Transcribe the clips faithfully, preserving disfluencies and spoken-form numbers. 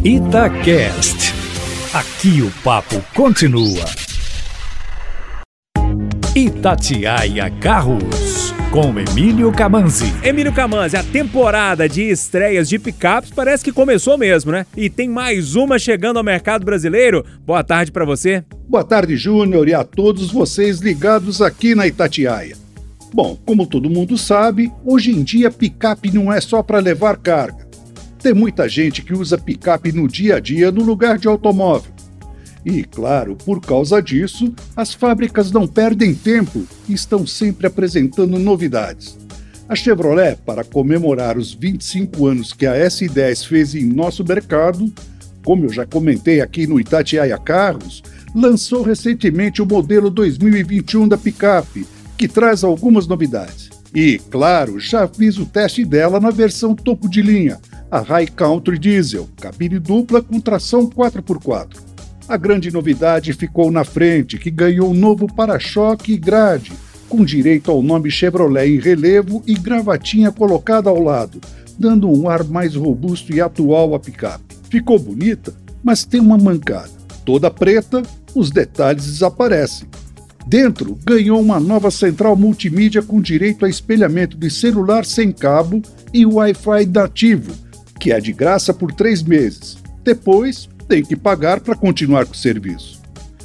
Itacast. Aqui o papo continua. Itatiaia Carros, com Emílio Camanzi. Emílio Camanzi, a temporada de estreias de picapes parece que começou mesmo, né? E tem mais uma chegando ao mercado brasileiro. Boa tarde para você. Boa tarde, Júnior, e a todos vocês ligados aqui na Itatiaia. Bom, como todo mundo sabe, hoje em dia picape não é só para levar carga. Tem muita gente que usa picape no dia a dia no lugar de automóvel. E, claro, por causa disso, as fábricas não perdem tempo e estão sempre apresentando novidades. A Chevrolet, para comemorar os vinte e cinco anos que a S dez fez em nosso mercado, como eu já comentei aqui no Itatiaia Carros, lançou recentemente o modelo dois mil e vinte e um da picape, que traz algumas novidades. E, claro, já fiz o teste dela na versão topo de linha, a High Country Diesel, cabine dupla com tração quatro por quatro. A grande novidade ficou na frente, que ganhou um novo para-choque e grade, com direito ao nome Chevrolet em relevo e gravatinha colocada ao lado, dando um ar mais robusto e atual à picape. Ficou bonita, mas tem uma mancada. Toda preta, os detalhes desaparecem. Dentro, ganhou uma nova central multimídia com direito a espelhamento de celular sem cabo e Wi-Fi nativo, que é de graça por três meses. Depois, tem que pagar para continuar com o serviço.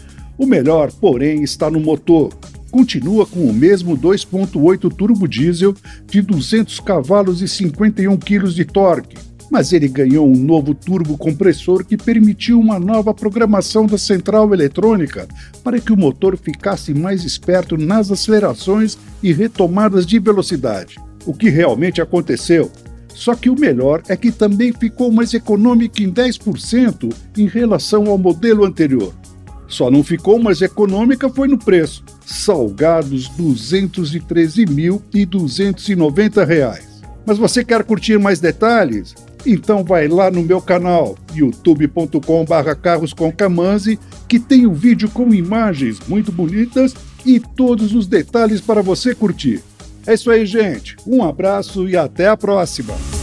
O melhor, porém, está no motor. Continua com o mesmo dois ponto oito turbo diesel de duzentos cavalos e cinquenta e um quilos de torque, mas ele ganhou um novo turbo compressor que permitiu uma nova programação da central eletrônica para que o motor ficasse mais esperto nas acelerações e retomadas de velocidade. O que realmente aconteceu. Só que o melhor é que também ficou mais econômico em dez por cento em relação ao modelo anterior. Só não ficou mais econômica foi no preço, salgados duzentos e treze mil duzentos e noventa reais. Mas você quer curtir mais detalhes? Então vai lá no meu canal, youtube ponto com barra carros com Camanzi, que tem um vídeo com imagens muito bonitas e todos os detalhes para você curtir. É isso aí, gente. Um abraço e até a próxima.